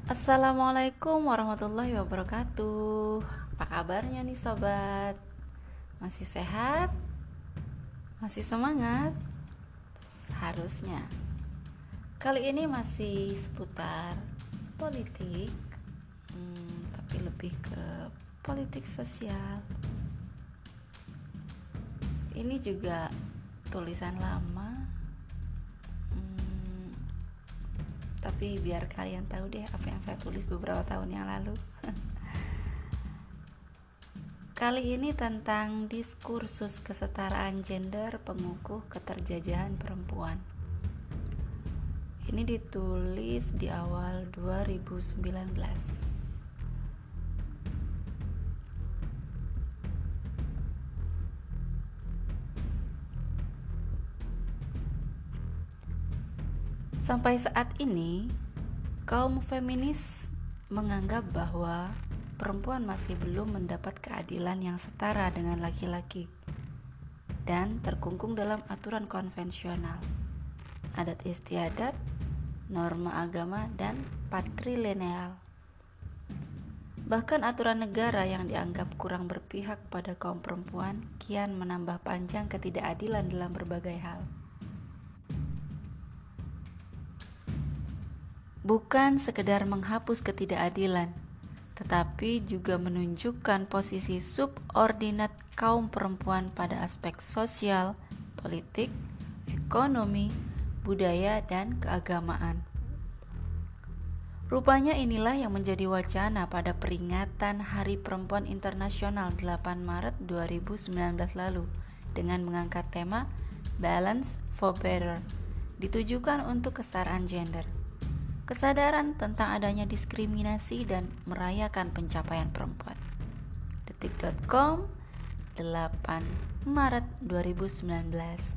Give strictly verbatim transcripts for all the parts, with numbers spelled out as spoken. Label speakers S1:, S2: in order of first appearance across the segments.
S1: Assalamualaikum warahmatullahi wabarakatuh. Apa kabarnya nih sobat? Masih sehat? Masih semangat? Harusnya. Kali ini masih seputar politik, hmm, tapi lebih ke politik sosial. Ini juga tulisan lama, hmm, tapi biar kalian tahu deh apa yang saya tulis beberapa tahun yang lalu. Kali ini tentang diskursus kesetaraan gender pengukuh keterjajahan perempuan. Ini ditulis di awal dua ribu sembilan belas. Sampai saat ini, kaum feminis menganggap bahwa perempuan masih belum mendapat keadilan yang setara dengan laki-laki dan terkungkung dalam aturan konvensional, adat istiadat, norma agama, dan patrilineal. Bahkan aturan negara yang dianggap kurang berpihak pada kaum perempuan kian menambah panjang ketidakadilan dalam berbagai hal. Bukan sekedar menghapus ketidakadilan, tetapi juga menunjukkan posisi subordinat kaum perempuan pada aspek sosial, politik, ekonomi, budaya, dan keagamaan. Rupanya inilah yang menjadi wacana pada peringatan Hari Perempuan Internasional delapan Maret dua ribu sembilan belas lalu dengan mengangkat tema Balance for Better, ditujukan untuk kesetaraan gender, kesadaran tentang adanya diskriminasi dan merayakan pencapaian perempuan. detik titik com delapan Maret dua ribu sembilan belas.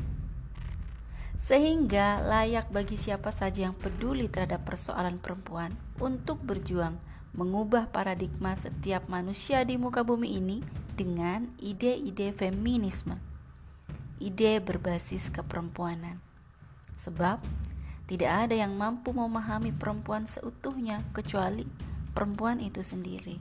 S1: Sehingga layak bagi siapa saja yang peduli terhadap persoalan perempuan untuk berjuang mengubah paradigma setiap manusia di muka bumi ini dengan ide-ide feminisme, ide berbasis keperempuanan. Sebab tidak ada yang mampu memahami perempuan seutuhnya kecuali perempuan itu sendiri.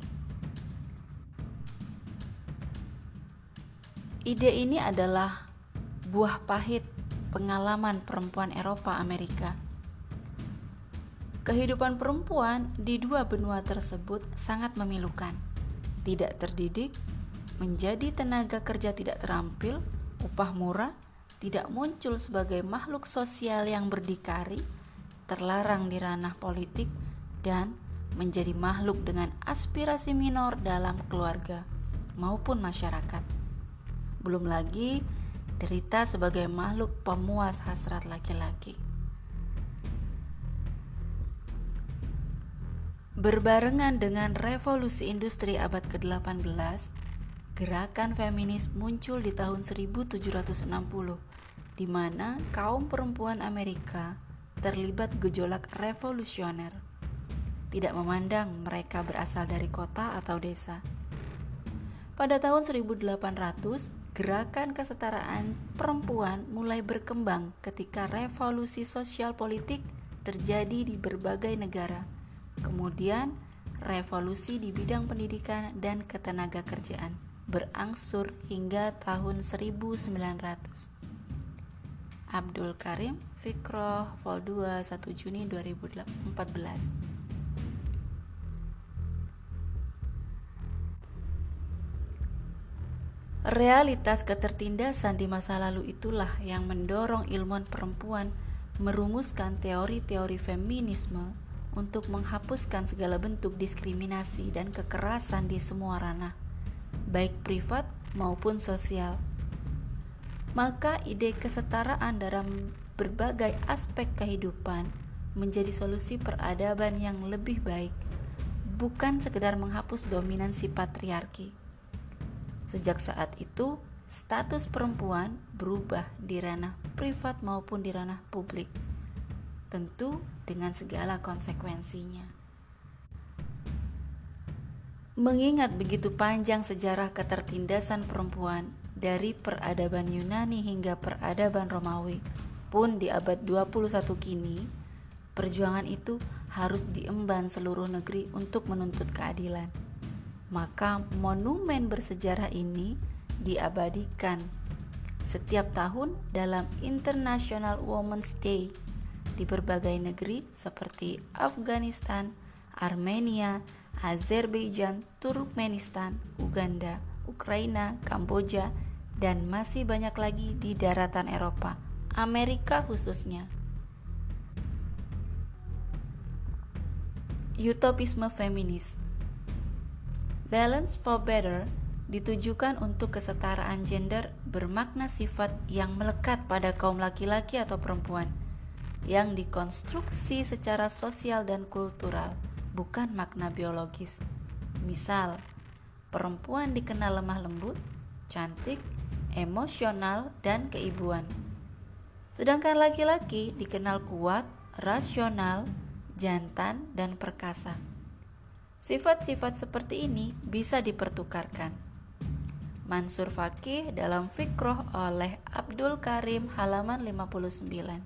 S1: Ide ini adalah buah pahit pengalaman perempuan Eropa Amerika. Kehidupan perempuan di dua benua tersebut sangat memilukan. Tidak terdidik, menjadi tenaga kerja tidak terampil, upah murah, tidak muncul sebagai makhluk sosial yang berdikari, terlarang di ranah politik, dan menjadi makhluk dengan aspirasi minor dalam keluarga maupun masyarakat. Belum lagi derita sebagai makhluk pemuas hasrat laki-laki. Berbarengan dengan revolusi industri abad ke-delapan belas, gerakan feminis muncul di tahun seribu tujuh ratus enam puluh, di mana kaum perempuan Amerika terlibat gejolak revolusioner, tidak memandang mereka berasal dari kota atau desa. Pada tahun seribu delapan ratus, gerakan kesetaraan perempuan mulai berkembang ketika revolusi sosial politik terjadi di berbagai negara. Kemudian, revolusi di bidang pendidikan dan ketenagakerjaan berangsur hingga tahun seribu sembilan ratus. Abdul Karim Fikroh, Vol dua, satu Juni dua ribu empat belas. Realitas ketertindasan di masa lalu itulah yang mendorong ilmuwan perempuan merumuskan teori-teori feminisme untuk menghapuskan segala bentuk diskriminasi dan kekerasan di semua ranah, baik privat maupun sosial. Maka ide kesetaraan dalam berbagai aspek kehidupan menjadi solusi peradaban yang lebih baik, bukan sekedar menghapus dominansi patriarki. Sejak saat itu, status perempuan berubah di ranah privat maupun di ranah publik, tentu dengan segala konsekuensinya. Mengingat begitu panjang sejarah ketertindasan perempuan dari peradaban Yunani hingga peradaban Romawi pun di abad dua puluh satu kini, perjuangan itu harus diemban seluruh negeri untuk menuntut keadilan. Maka monumen bersejarah ini diabadikan setiap tahun dalam International Women's Day di berbagai negeri seperti Afghanistan, Armenia, Azerbaijan, Turkmenistan, Uganda, Ukraina, Kamboja, dan masih banyak lagi di daratan Eropa, Amerika khususnya. Utopisme feminis. Balance for Better ditujukan untuk kesetaraan gender bermakna sifat yang melekat pada kaum laki-laki atau perempuan, yang dikonstruksi secara sosial dan kultural, bukan makna biologis. Misal, perempuan dikenal lemah lembut, cantik, emosional, dan keibuan. Sedangkan laki-laki dikenal kuat, rasional, jantan, dan perkasa. Sifat-sifat seperti ini bisa dipertukarkan. Mansur Faqih dalam Fikroh oleh Abdul Karim halaman lima puluh sembilan.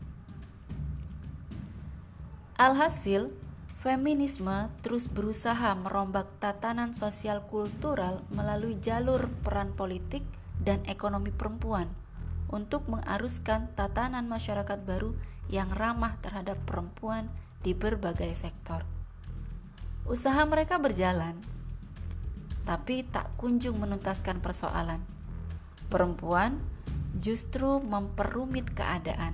S1: Alhasil, feminisme terus berusaha merombak tatanan sosial kultural melalui jalur peran politik dan ekonomi perempuan untuk mengaruskan tatanan masyarakat baru yang ramah terhadap perempuan di berbagai sektor. Usaha mereka berjalan, tapi tak kunjung menuntaskan persoalan. Perempuan justru memperumit keadaan.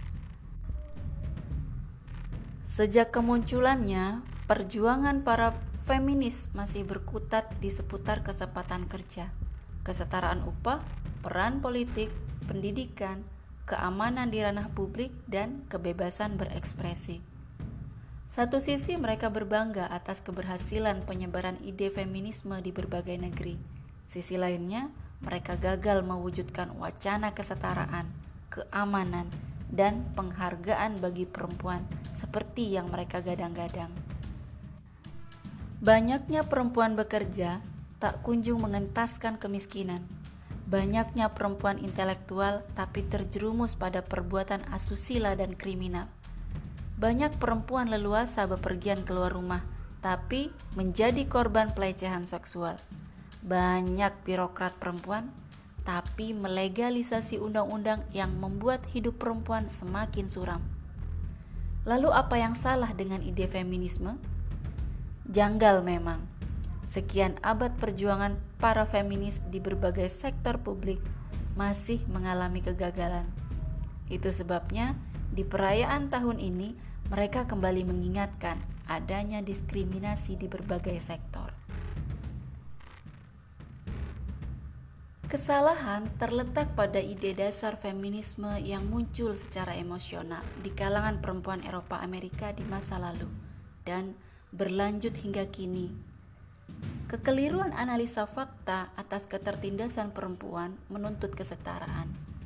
S1: Sejak kemunculannya, perjuangan para feminis masih berkutat di seputar kesempatan kerja, kesetaraan upah, peran politik, pendidikan, keamanan di ranah publik, dan kebebasan berekspresi. Satu sisi mereka berbangga atas keberhasilan penyebaran ide feminisme di berbagai negeri. Sisi lainnya, mereka gagal mewujudkan wacana kesetaraan, keamanan, dan penghargaan bagi perempuan seperti yang mereka gadang-gadang. Banyaknya perempuan bekerja tak kunjung mengentaskan kemiskinan. Banyaknya perempuan intelektual tapi terjerumus pada perbuatan asusila dan kriminal. Banyak perempuan leluasa bepergian keluar rumah, tapi menjadi korban pelecehan seksual. Banyak birokrat perempuan, tapi melegalisasi undang-undang yang membuat hidup perempuan semakin suram. Lalu apa yang salah dengan ide feminisme? Janggal memang. Sekian abad perjuangan para feminis di berbagai sektor publik masih mengalami kegagalan. Itu sebabnya di perayaan tahun ini mereka kembali mengingatkan adanya diskriminasi di berbagai sektor. Kesalahan terletak pada ide dasar feminisme yang muncul secara emosional di kalangan perempuan Eropa Amerika di masa lalu dan berlanjut hingga kini. Kekeliruan analisa fakta atas ketertindasan perempuan menuntut kesetaraan.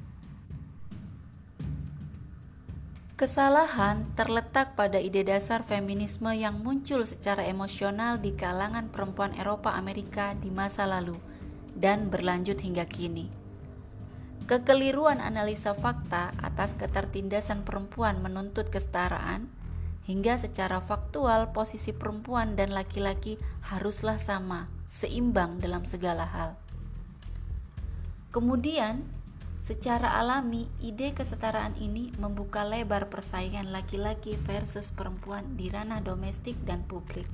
S1: Kesalahan terletak pada ide dasar feminisme yang muncul secara emosional di kalangan perempuan Eropa Amerika di masa lalu dan berlanjut hingga kini. Kekeliruan analisa fakta atas ketertindasan perempuan menuntut kesetaraan, hingga secara faktual posisi perempuan dan laki-laki haruslah sama, seimbang dalam segala hal. Kemudian, secara alami, ide kesetaraan ini membuka lebar persaingan laki-laki versus perempuan di ranah domestik dan publik.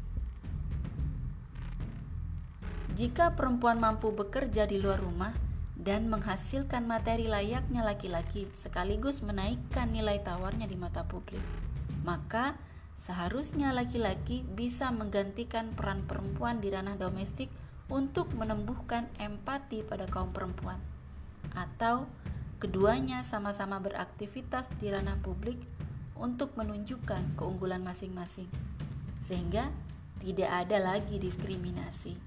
S1: Jika perempuan mampu bekerja di luar rumah dan menghasilkan materi layaknya laki-laki sekaligus menaikkan nilai tawarnya di mata publik, maka seharusnya laki-laki bisa menggantikan peran perempuan di ranah domestik untuk menumbuhkan empati pada kaum perempuan, atau keduanya sama-sama beraktivitas di ranah publik untuk menunjukkan keunggulan masing-masing, sehingga tidak ada lagi diskriminasi.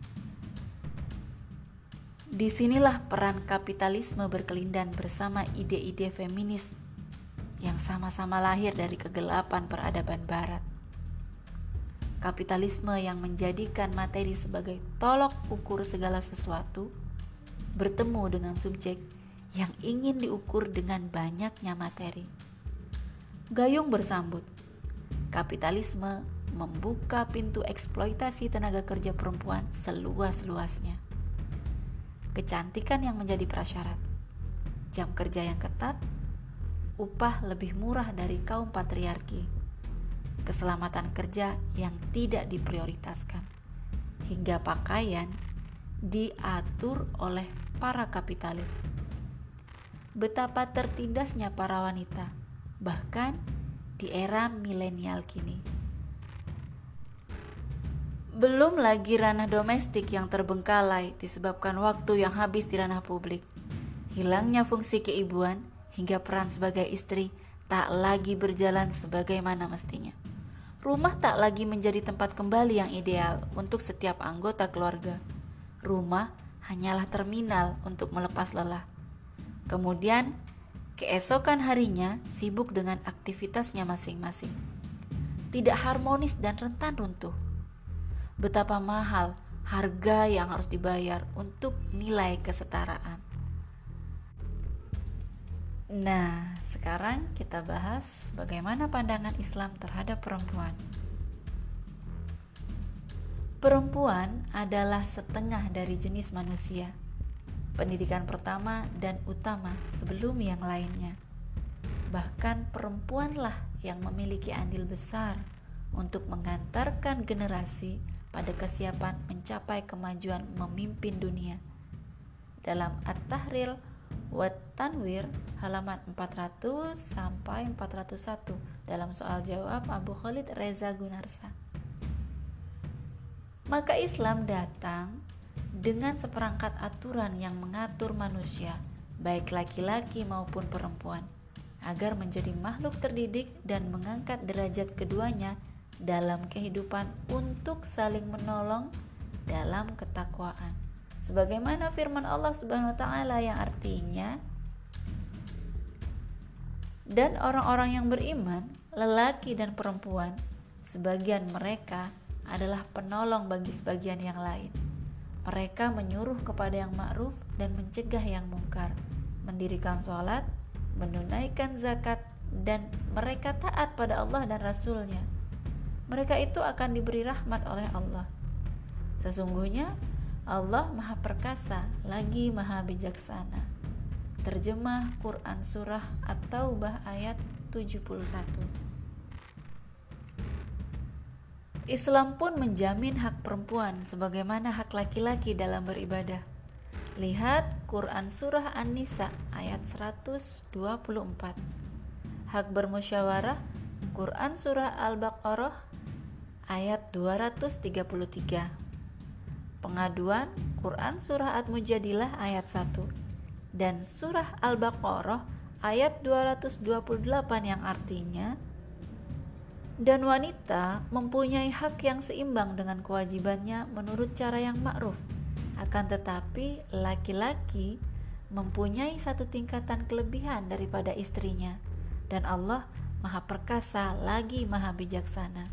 S1: Disinilah peran kapitalisme berkelindan bersama ide-ide feminis yang sama-sama lahir dari kegelapan peradaban barat. Kapitalisme yang menjadikan materi sebagai tolok ukur segala sesuatu bertemu dengan subjek yang ingin diukur dengan banyaknya materi. Gayung bersambut. Kapitalisme membuka pintu eksploitasi tenaga kerja perempuan seluas-luasnya. Kecantikan yang menjadi prasyarat, jam kerja yang ketat, upah lebih murah dari kaum patriarki, keselamatan kerja yang tidak diprioritaskan, hingga pakaian diatur oleh para kapitalis. Betapa tertindasnya para wanita, bahkan di era milenial kini. Belum lagi ranah domestik yang terbengkalai disebabkan waktu yang habis di ranah publik. Hilangnya fungsi keibuan hingga peran sebagai istri tak lagi berjalan sebagaimana mestinya. Rumah tak lagi menjadi tempat kembali yang ideal untuk setiap anggota keluarga. Rumah hanyalah terminal untuk melepas lelah. Kemudian, keesokan harinya sibuk dengan aktivitasnya masing-masing. Tidak harmonis dan rentan runtuh. Betapa mahal harga yang harus dibayar untuk nilai kesetaraan. Nah, sekarang kita bahas bagaimana pandangan Islam terhadap perempuan. Perempuan adalah setengah dari jenis manusia, pendidikan pertama dan utama sebelum yang lainnya. Bahkan perempuanlah yang memiliki andil besar untuk mengantarkan generasi pada kesiapan mencapai kemajuan memimpin dunia. Dalam At-Tahrir wa Tanwir halaman empat ratus sampai empat ratus satu dalam soal jawab Abu Khalid Reza Gunarsa. Maka Islam datang dengan seperangkat aturan yang mengatur manusia, baik laki-laki maupun perempuan, agar menjadi makhluk terdidik dan mengangkat derajat keduanya dalam kehidupan untuk saling menolong dalam ketakwaan. Sebagaimana firman Allah Subhanahu wa taala yang artinya, dan orang-orang yang beriman, lelaki dan perempuan, sebagian mereka adalah penolong bagi sebagian yang lain. Mereka menyuruh kepada yang ma'ruf dan mencegah yang mungkar, mendirikan sholat, menunaikan zakat, dan mereka taat pada Allah dan Rasul-Nya. Mereka itu akan diberi rahmat oleh Allah. Sesungguhnya Allah Maha Perkasa lagi Maha Bijaksana. Terjemah Quran Surah At-Taubah ayat tujuh puluh satu. Islam pun menjamin hak perempuan sebagaimana hak laki-laki dalam beribadah. Lihat Quran Surah An-Nisa ayat seratus dua puluh empat. Hak bermusyawarah Quran Surah Al-Baqarah ayat dua ratus tiga puluh tiga. Pengaduan Quran Surah At-Mujadilah ayat satu dan Surah Al-Baqarah ayat dua ratus dua puluh delapan yang artinya, dan wanita mempunyai hak yang seimbang dengan kewajibannya menurut cara yang ma'ruf. Akan tetapi laki-laki mempunyai satu tingkatan kelebihan daripada istrinya, dan Allah Maha Perkasa lagi Maha Bijaksana.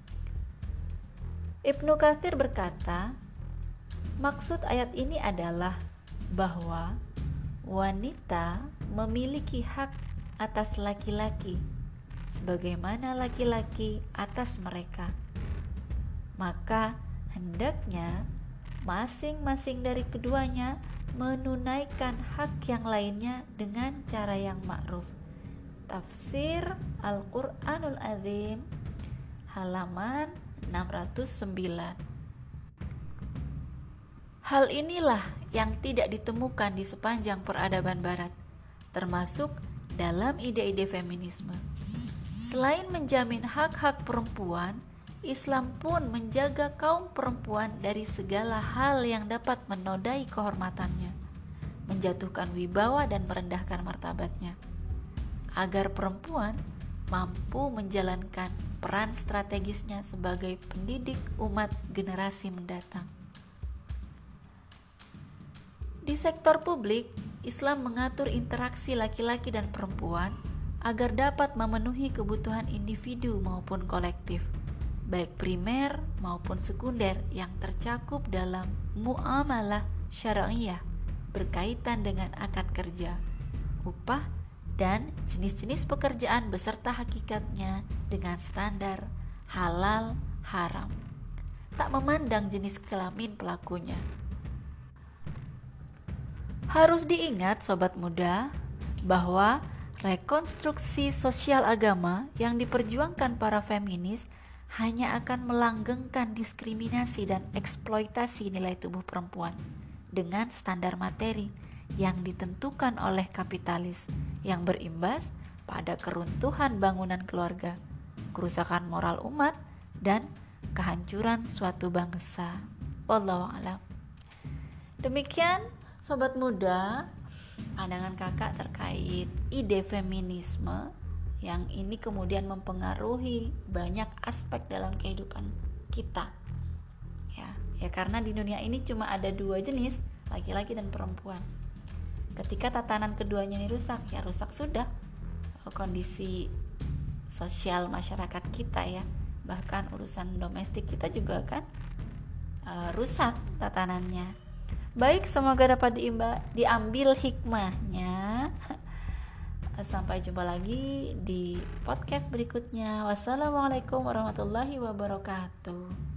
S1: Ibnu Katsir berkata, maksud ayat ini adalah bahwa wanita memiliki hak atas laki-laki sebagaimana laki-laki atas mereka. Maka hendaknya masing-masing dari keduanya menunaikan hak yang lainnya dengan cara yang ma'ruf. Tafsir Al-Qur'anul Azim halaman enam ratus sembilan. Hal inilah yang tidak ditemukan di sepanjang peradaban barat, termasuk dalam ide-ide feminisme. Selain menjamin hak-hak perempuan, Islam pun menjaga kaum perempuan dari segala hal yang dapat menodai kehormatannya, menjatuhkan wibawa dan merendahkan martabatnya, agar perempuan mampu menjalankan peran strategisnya sebagai pendidik umat generasi mendatang. Di sektor publik, Islam mengatur interaksi laki-laki dan perempuan agar dapat memenuhi kebutuhan individu maupun kolektif, baik primer maupun sekunder yang tercakup dalam muamalah syar'iyah berkaitan dengan akad kerja, upah, dan jenis-jenis pekerjaan beserta hakikatnya dengan standar halal haram, tak memandang jenis kelamin pelakunya. Harus diingat sobat muda bahwa rekonstruksi sosial agama yang diperjuangkan para feminis hanya akan melanggengkan diskriminasi dan eksploitasi nilai tubuh perempuan dengan standar materi yang ditentukan oleh kapitalis yang berimbas pada keruntuhan bangunan keluarga, kerusakan moral umat, dan kehancuran suatu bangsa. Wallahu a'lam. Demikian sobat muda, pandangan kakak terkait ide feminisme yang ini kemudian mempengaruhi banyak aspek dalam kehidupan kita. Ya, ya karena di dunia ini cuma ada dua jenis, laki-laki dan perempuan. Ketika tatanan keduanya ini rusak, ya rusak sudah kondisi sosial masyarakat kita ya. Bahkan urusan domestik kita juga kan uh, rusak tatanannya. Baik, semoga dapat diimba, diambil hikmahnya. Sampai jumpa lagi di podcast berikutnya. Wassalamualaikum warahmatullahi wabarakatuh.